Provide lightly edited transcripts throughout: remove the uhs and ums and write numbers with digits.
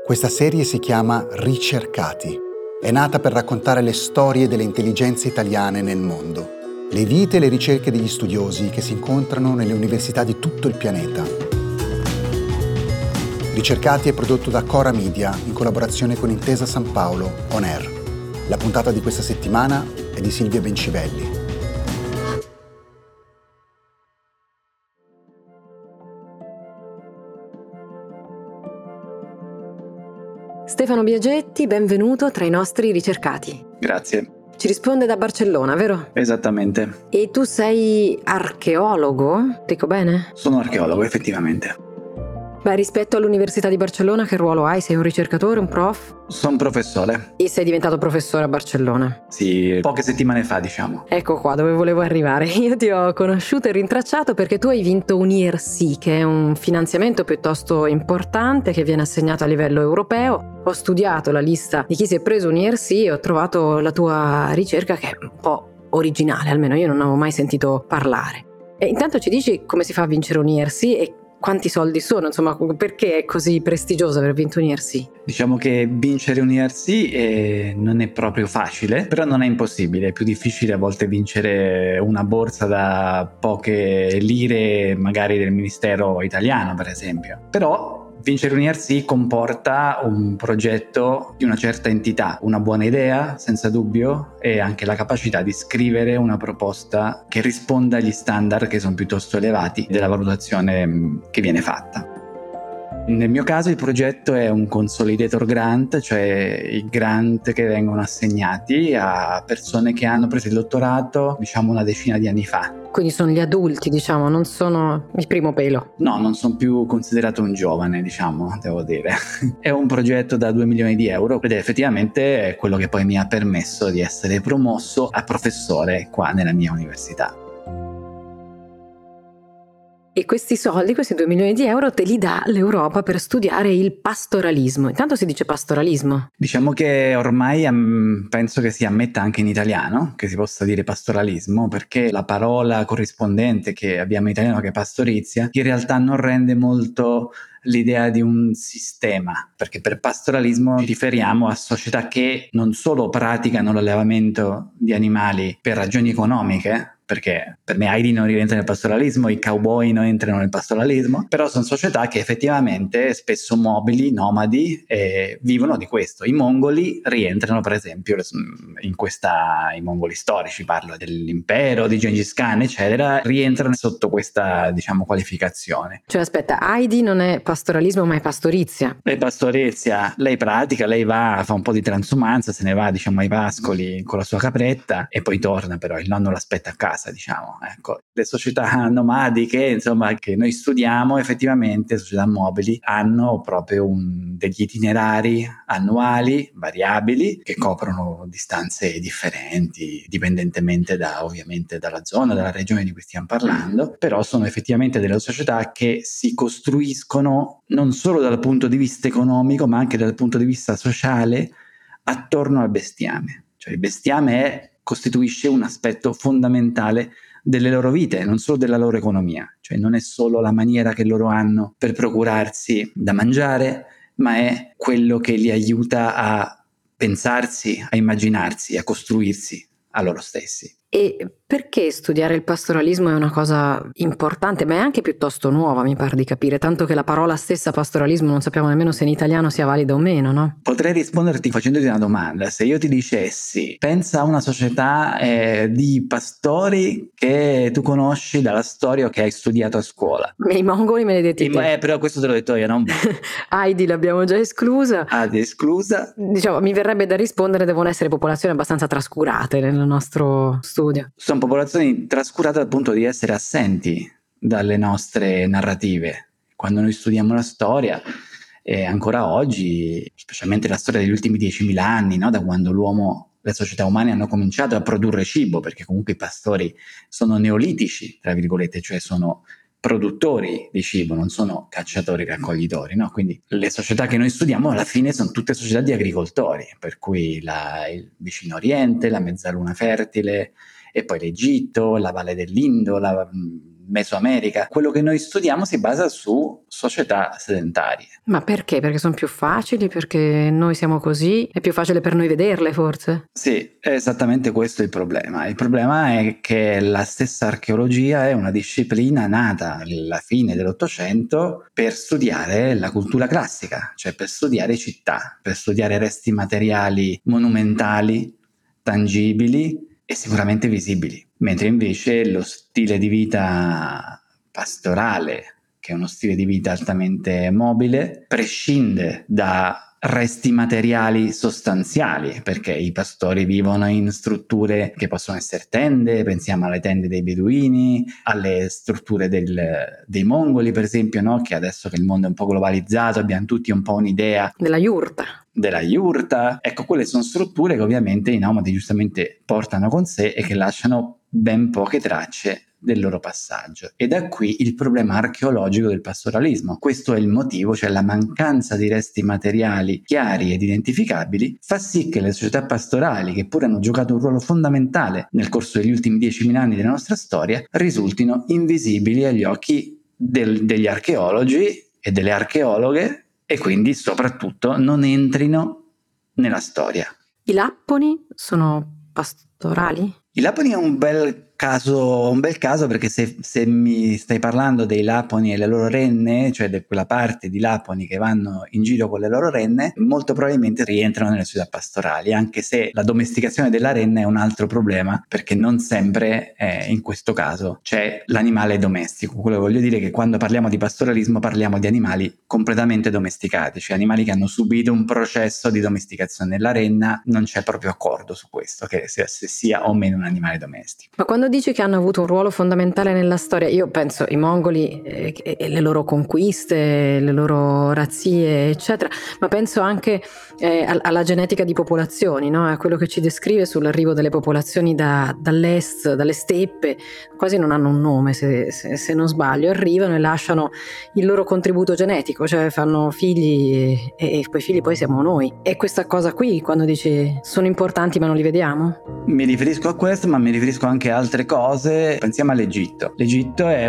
Questa serie si chiama Ricercati. È nata per raccontare le storie delle intelligenze italiane nel mondo, le vite e le ricerche degli studiosi che si incontrano nelle università di tutto il pianeta. Ricercati è prodotto da Cora Media in collaborazione con Intesa San Paolo On Air. La puntata di questa settimana è di Silvia Bencivelli. Stefano Biagetti, benvenuto tra i nostri ricercati. Grazie. Ci risponde da Barcellona, vero? Esattamente. E tu sei archeologo? Dico bene? Sono archeologo, effettivamente. Beh, rispetto all'Università di Barcellona, che ruolo hai? Sei un ricercatore, un prof? Sono professore. E sei diventato professore a Barcellona? Sì, poche settimane fa, diciamo. Ecco qua dove volevo arrivare. Io ti ho conosciuto e rintracciato perché tu hai vinto un IRC, che è un finanziamento piuttosto importante che viene assegnato a livello europeo. Ho studiato la lista di chi si è preso un IRC e ho trovato la tua ricerca che è un po' originale, almeno io non avevo mai sentito parlare. E intanto ci dici come si fa a vincere un IRC e quanti soldi sono, insomma, perché è così prestigioso aver vinto un IRC? Diciamo che vincere un IRC non è proprio facile, però non è impossibile. È più difficile a volte vincere una borsa da poche lire, magari del Ministero italiano, per esempio. Però vincere un IRC comporta un progetto di una certa entità, una buona idea, senza dubbio, e anche la capacità di scrivere una proposta che risponda agli standard che sono piuttosto elevati della valutazione che viene fatta. Nel mio caso il progetto è un consolidator grant, cioè i grant che vengono assegnati a persone che hanno preso il dottorato, diciamo, una decina di anni fa. Quindi sono gli adulti, diciamo, non sono il primo pelo. No, non sono più considerato un giovane, diciamo, devo dire. È un progetto da 2 milioni di euro ed è effettivamente quello che poi mi ha permesso di essere promosso a professore qua nella mia università. E questi soldi, questi 2 milioni di euro, te li dà l'Europa per studiare il pastoralismo. Intanto si dice pastoralismo. Diciamo che ormai penso che si ammetta anche in italiano che si possa dire pastoralismo, perché la parola corrispondente che abbiamo in italiano, che è pastorizia, in realtà non rende molto l'idea di un sistema, perché per pastoralismo ci riferiamo a società che non solo praticano l'allevamento di animali per ragioni economiche, perché per me Heidi non rientra nel pastoralismo, i cowboy non entrano nel pastoralismo, però sono società che effettivamente spesso mobili, nomadi, vivono di questo. I mongoli rientrano per esempio i mongoli storici, parlo dell'impero, di Gengis Khan eccetera, rientrano sotto questa, diciamo, qualificazione. Cioè aspetta, Heidi non è pastoralismo ma è pastorizia. È pastorizia, lei pratica, lei va, fa un po' di transumanza, se ne va, diciamo, ai pascoli con la sua capretta e poi torna, però il nonno l'aspetta a casa. Diciamo, ecco, le società nomadiche, insomma, che noi studiamo, effettivamente società mobili hanno proprio degli itinerari annuali variabili che coprono distanze differenti dipendentemente ovviamente dalla zona, dalla regione di cui stiamo parlando, però sono effettivamente delle società che si costruiscono non solo dal punto di vista economico ma anche dal punto di vista sociale attorno al bestiame. Cioè il bestiame costituisce un aspetto fondamentale delle loro vite, non solo della loro economia, cioè non è solo la maniera che loro hanno per procurarsi da mangiare, ma è quello che li aiuta a pensarsi, a immaginarsi, a costruirsi a loro stessi. E perché studiare il pastoralismo è una cosa importante, ma è anche piuttosto nuova, mi pare di capire, tanto che la parola stessa pastoralismo non sappiamo nemmeno se in italiano sia valida o meno, no? Potrei risponderti facendoti una domanda. Se io ti dicessi, pensa a una società di pastori che tu conosci dalla storia o che hai studiato a scuola. I mongoli me li hai detti te. Però questo te l'ho detto io, non Heidi l'abbiamo già esclusa. Esclusa. Diciamo, mi verrebbe da rispondere, devono essere popolazioni abbastanza trascurate nel nostro studio. Sono popolazioni trascurate dal punto di essere assenti dalle nostre narrative. Quando noi studiamo la storia, ancora oggi, specialmente la storia degli ultimi 10.000 anni, no? Da quando le società umane hanno cominciato a produrre cibo, perché comunque i pastori sono neolitici, tra virgolette, cioè sono produttori di cibo, non sono cacciatori raccoglitori, no? Quindi le società che noi studiamo alla fine sono tutte società di agricoltori, per cui il vicino Oriente, la mezzaluna fertile, e poi l'Egitto, la Valle dell'Indo, Mesoamerica. Quello che noi studiamo si basa su società sedentarie. Ma perché? Perché sono più facili? Perché noi siamo così? È più facile per noi vederle, forse? Sì, è esattamente questo il problema. Il problema è che la stessa archeologia è una disciplina nata alla fine dell'Ottocento per studiare la cultura classica, cioè per studiare città, per studiare resti materiali monumentali, tangibili e sicuramente visibili. Mentre invece lo stile di vita pastorale, che è uno stile di vita altamente mobile, prescinde da resti materiali sostanziali, perché i pastori vivono in strutture che possono essere tende, pensiamo alle tende dei beduini, alle strutture dei mongoli per esempio, no? Che adesso che il mondo è un po' globalizzato abbiamo tutti un po' un'idea Della yurta. Della yurta. Ecco, quelle sono strutture che ovviamente i nomadi giustamente portano con sé e che lasciano ben poche tracce del loro passaggio. E da qui il problema archeologico del pastoralismo. Questo è il motivo, cioè la mancanza di resti materiali chiari ed identificabili fa sì che le società pastorali, che pure hanno giocato un ruolo fondamentale nel corso degli ultimi 10.000 anni della nostra storia, risultino invisibili agli occhi degli archeologi e delle archeologhe e quindi soprattutto non entrino nella storia. I lapponi sono pastorali? I Laponi è un bel caso perché se mi stai parlando dei Laponi e le loro renne, cioè di quella parte di Laponi che vanno in giro con le loro renne, molto probabilmente rientrano nelle società pastorali, anche se la domesticazione della renna è un altro problema, perché non sempre in questo caso c'è l'animale domestico. Quello che voglio dire è che quando parliamo di pastoralismo parliamo di animali completamente domesticati, cioè animali che hanno subito un processo di domesticazione. Nella renna non c'è proprio accordo su questo, che se sia o meno un animale domestico. Ma quando dici che hanno avuto un ruolo fondamentale nella storia, io penso ai mongoli e le loro conquiste, le loro razzie, eccetera, ma penso anche alla genetica di popolazioni, no? A quello che ci descrive sull'arrivo delle popolazioni dall'est, dalle steppe, quasi non hanno un nome se non sbaglio, arrivano e lasciano il loro contributo genetico, cioè fanno figli e quei figli poi siamo noi. E questa cosa qui, quando dici sono importanti ma non li vediamo? Mi riferisco a questo, ma mi riferisco anche a altre cose. Pensiamo all'Egitto. L'Egitto è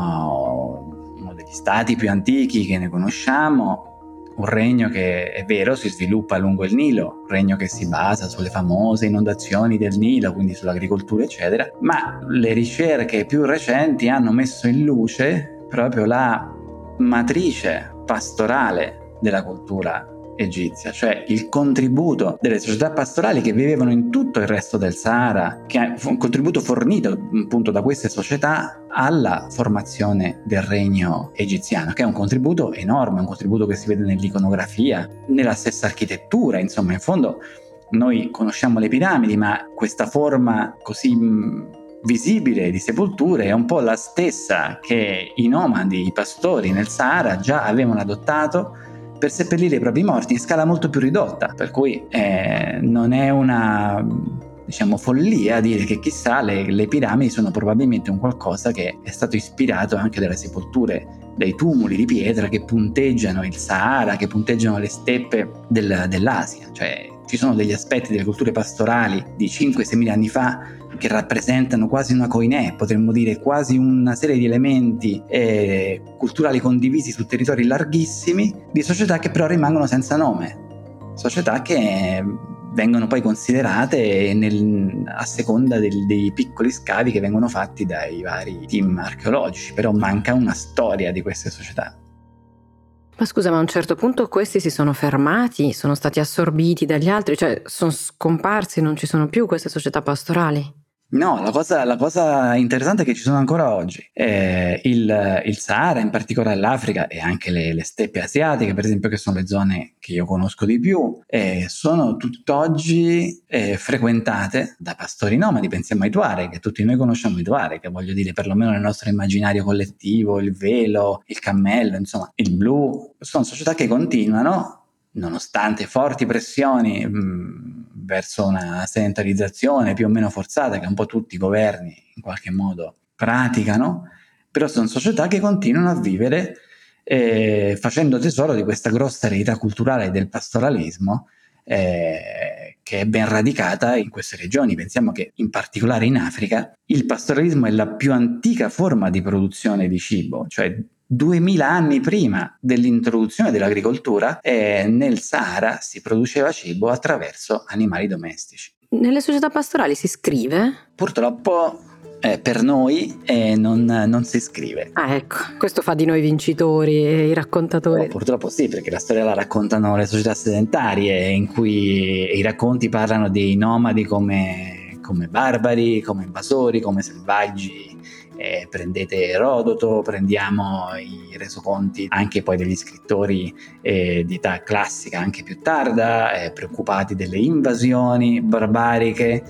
uno degli stati più antichi che ne conosciamo, un regno che è vero si sviluppa lungo il Nilo, un regno che si basa sulle famose inondazioni del Nilo, quindi sull'agricoltura eccetera, ma le ricerche più recenti hanno messo in luce proprio la matrice pastorale della cultura egizia, cioè il contributo delle società pastorali che vivevano in tutto il resto del Sahara, che è un contributo fornito appunto da queste società alla formazione del regno egiziano, che è un contributo enorme, un contributo che si vede nell'iconografia, nella stessa architettura, insomma in fondo noi conosciamo le piramidi, ma questa forma così visibile di sepolture è un po' la stessa che i nomadi, i pastori nel Sahara già avevano adottato per seppellire i propri morti in scala molto più ridotta, per cui non è una follia dire che chissà le piramidi sono probabilmente un qualcosa che è stato ispirato anche dalle sepolture, dai tumuli di pietra che punteggiano il Sahara, che punteggiano le steppe dell'Asia, cioè ci sono degli aspetti delle culture pastorali di 5-6 mila anni fa che rappresentano quasi una koiné, potremmo dire quasi una serie di elementi culturali condivisi su territori larghissimi, di società che però rimangono senza nome, società che vengono poi considerate a seconda dei piccoli scavi che vengono fatti dai vari team archeologici, però manca una storia di queste società. Ma scusa, ma a un certo punto questi si sono fermati, sono stati assorbiti dagli altri, cioè sono scomparsi, non ci sono più queste società pastorali? No, la cosa interessante è che ci sono ancora oggi. Il Sahara, in particolare l'Africa e anche le steppe asiatiche, per esempio, che sono le zone che io conosco di più, sono tutt'oggi frequentate da pastori nomadi. Pensiamo ai Tuareg, che tutti noi conosciamo i Tuareg, che voglio dire, perlomeno nel nostro immaginario collettivo, il velo, il cammello, insomma, il blu. Sono società che continuano, nonostante forti pressioni verso una sedentarizzazione più o meno forzata che un po' tutti i governi in qualche modo praticano, però sono società che continuano a vivere facendo tesoro di questa grossa eredità culturale del pastoralismo che è ben radicata in queste regioni. Pensiamo che in particolare in Africa il pastoralismo è la più antica forma di produzione di cibo, cioè 2000 anni prima dell'introduzione dell'agricoltura nel Sahara si produceva cibo attraverso animali domestici. Nelle società pastorali si scrive? Purtroppo per noi non si scrive. Ah, ecco, questo fa di noi vincitori e i raccontatori. Purtroppo sì, perché la storia la raccontano le società sedentarie, in cui i racconti parlano dei nomadi come barbari, come invasori, come selvaggi. Prendete Erodoto, prendiamo i resoconti anche poi degli scrittori di età classica, anche più tarda, preoccupati delle invasioni barbariche,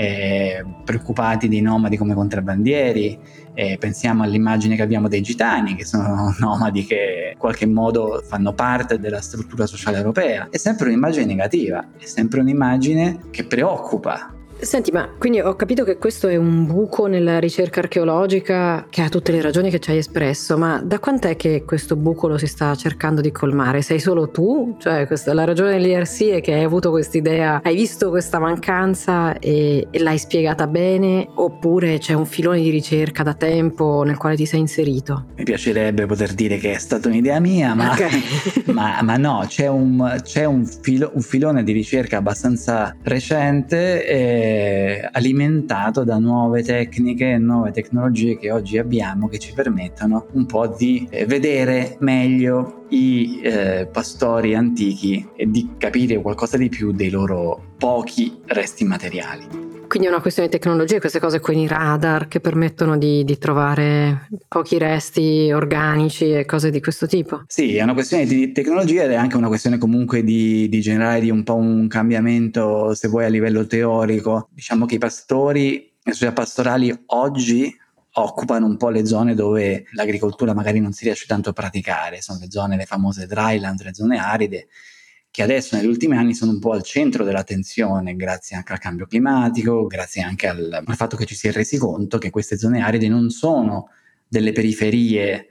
preoccupati dei nomadi come contrabbandieri. Pensiamo all'immagine che abbiamo dei gitani, che sono nomadi che in qualche modo fanno parte della struttura sociale europea. È sempre un'immagine negativa, è sempre un'immagine che preoccupa. Senti, ma quindi ho capito che questo è un buco nella ricerca archeologica che ha tutte le ragioni che ci hai espresso, ma da quant'è che questo buco lo si sta cercando di colmare? Sei solo tu? Cioè la ragione dell'IRC è che hai avuto quest'idea, hai visto questa mancanza e l'hai spiegata bene, oppure c'è un filone di ricerca da tempo nel quale ti sei inserito? Mi piacerebbe poter dire che è stata un'idea mia, ma, okay. ma no, c'è un filone di ricerca abbastanza recente, alimentato da nuove tecniche e nuove tecnologie che oggi abbiamo, che ci permettono un po' di vedere meglio i pastori antichi e di capire qualcosa di più dei loro pochi resti materiali. Quindi è una questione di tecnologia, queste cose con i radar che permettono di trovare pochi resti organici e cose di questo tipo? Sì, è una questione di tecnologia ed è anche una questione comunque di generare di un po' un cambiamento, se vuoi, a livello teorico. Diciamo che i pastori, le società pastorali oggi occupano un po' le zone dove l'agricoltura magari non si riesce tanto a praticare, sono le zone, le famose dryland, le zone aride, che adesso negli ultimi anni sono un po' al centro dell'attenzione, grazie anche al cambio climatico, grazie anche al fatto che ci si è resi conto che queste zone aride non sono delle periferie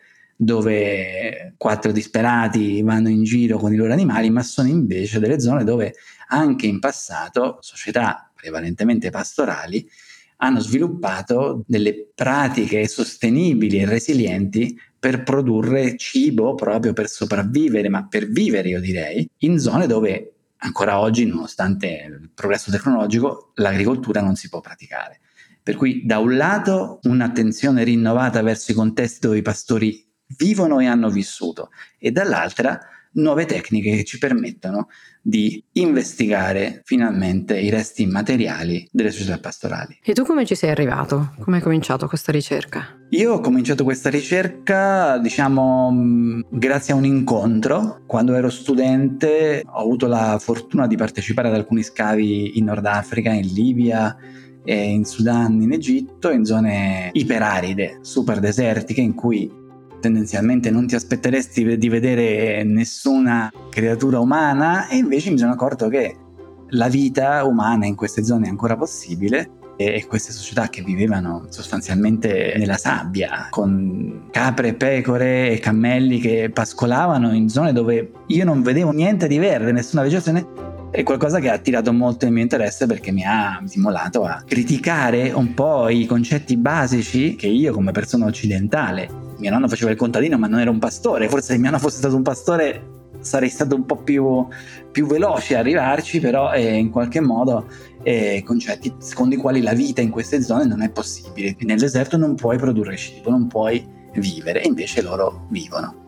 dove 4 disperati vanno in giro con i loro animali, ma sono invece delle zone dove anche in passato società prevalentemente pastorali hanno sviluppato delle pratiche sostenibili e resilienti per produrre cibo proprio per sopravvivere, ma per vivere, io direi, in zone dove ancora oggi, nonostante il progresso tecnologico, l'agricoltura non si può praticare. Per cui da un lato un'attenzione rinnovata verso i contesti dove i pastori vivono e hanno vissuto, e dall'altra nuove tecniche che ci permettono di investigare finalmente i resti immateriali delle società pastorali. E tu come ci sei arrivato? Come hai cominciato questa ricerca? Io ho cominciato questa ricerca, grazie a un incontro. Quando ero studente ho avuto la fortuna di partecipare ad alcuni scavi in Nord Africa, in Libia, e in Sudan, in Egitto, in zone iperaride, super desertiche, in cui tendenzialmente non ti aspetteresti di vedere nessuna creatura umana, e invece mi sono accorto che la vita umana in queste zone è ancora possibile, e queste società che vivevano sostanzialmente nella sabbia, con capre, pecore e cammelli che pascolavano in zone dove io non vedevo niente di verde, nessuna vegetazione, è qualcosa che ha attirato molto il mio interesse, perché mi ha stimolato a criticare un po' i concetti basici che io, come persona occidentale, mio nonno faceva il contadino ma non era un pastore, forse se mio nonno fosse stato un pastore sarei stato un po' più veloce a arrivarci, però in qualche modo concetti secondo i quali la vita in queste zone non è possibile. Nel deserto non puoi produrre cibo, non puoi vivere, e invece loro vivono.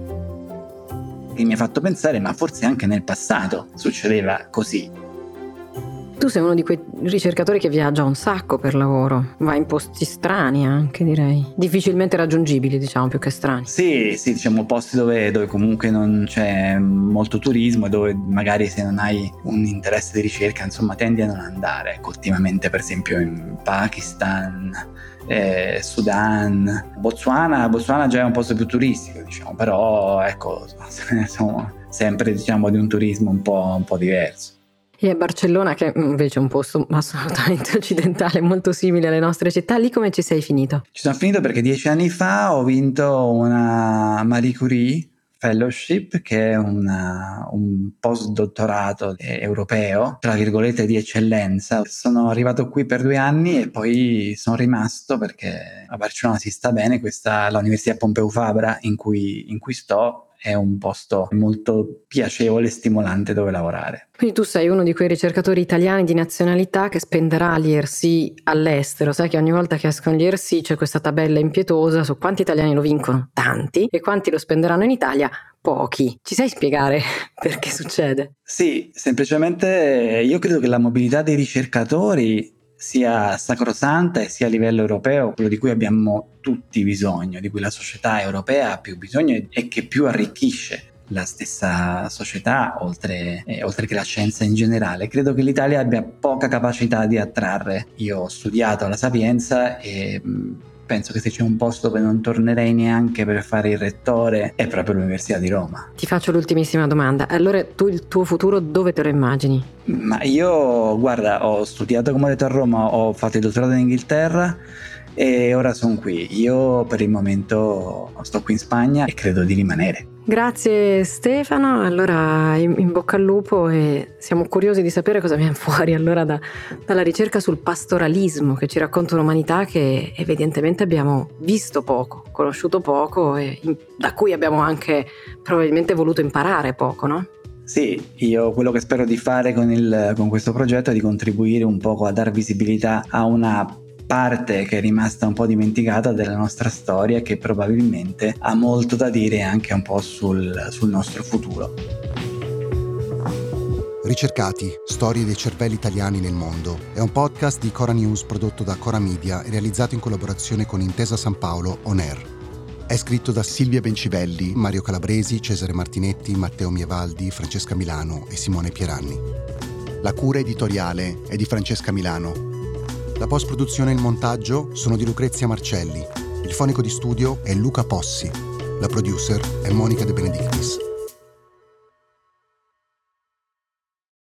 Che mi ha fatto pensare, ma forse anche nel passato succedeva così. Tu sei uno di quei ricercatori che viaggia un sacco per lavoro, va in posti strani anche, direi, difficilmente raggiungibili, diciamo, più che strani. Sì, diciamo posti dove comunque non c'è molto turismo e dove magari, se non hai un interesse di ricerca, insomma, tendi a non andare. Ecco, ultimamente per esempio in Pakistan, Sudan, Botswana già è un posto più turistico, diciamo, però ecco, sono sempre, diciamo, di un turismo un po' diverso. E a Barcellona, che invece è un posto assolutamente occidentale, molto simile alle nostre città, lì come ci sei finito? Ci sono finito perché 10 anni fa ho vinto una Marie Curie Fellowship, che è un postdottorato europeo, tra virgolette, di eccellenza. Sono arrivato qui per 2 anni e poi sono rimasto perché a Barcellona si sta bene. Questa la Università Pompeu Fabra in cui sto è un posto molto piacevole e stimolante dove lavorare. Quindi tu sei uno di quei ricercatori italiani di nazionalità che spenderà gli ERC all'estero. Sai che ogni volta che escono gli ERC c'è questa tabella impietosa su quanti italiani lo vincono? Tanti. E quanti lo spenderanno in Italia? Pochi. Ci sai spiegare perché succede? Sì, semplicemente io credo che la mobilità dei ricercatori sia sacrosanta e sia a livello europeo quello di cui abbiamo tutti bisogno, di cui la società europea ha più bisogno e che più arricchisce la stessa società, oltre che la scienza in generale. Credo che l'Italia abbia poca capacità di attrarre. Io ho studiato alla Sapienza e penso che se c'è un posto dove non tornerei neanche per fare il rettore è proprio l'Università di Roma. Ti faccio l'ultimissima domanda. Allora tu il tuo futuro dove te lo immagini? Ma io, guarda, ho studiato, come ho detto, a Roma, ho fatto il dottorato in Inghilterra e ora sono qui. Io per il momento sto qui in Spagna e credo di rimanere. Grazie Stefano, allora in bocca al lupo, e siamo curiosi di sapere cosa viene fuori allora dalla ricerca sul pastoralismo, che ci racconta un'umanità che evidentemente abbiamo visto poco, conosciuto poco e da cui abbiamo anche probabilmente voluto imparare poco, no? Sì, io quello che spero di fare con questo progetto è di contribuire un poco a dar visibilità a una parte che è rimasta un po' dimenticata della nostra storia, che probabilmente ha molto da dire anche un po' sul nostro futuro. Ricercati, storie dei cervelli italiani nel mondo è un podcast di Cora News prodotto da Cora Media e realizzato in collaborazione con Intesa San Paolo On Air. È scritto da Silvia Bencivelli, Mario Calabresi, Cesare Martinetti, Matteo Mievaldi, Francesca Milano e Simone Pieranni. La cura editoriale è di Francesca Milano. La post-produzione e il montaggio sono di Lucrezia Marcelli. Il fonico di studio è Luca Possi. La producer è Monica De Benedictis.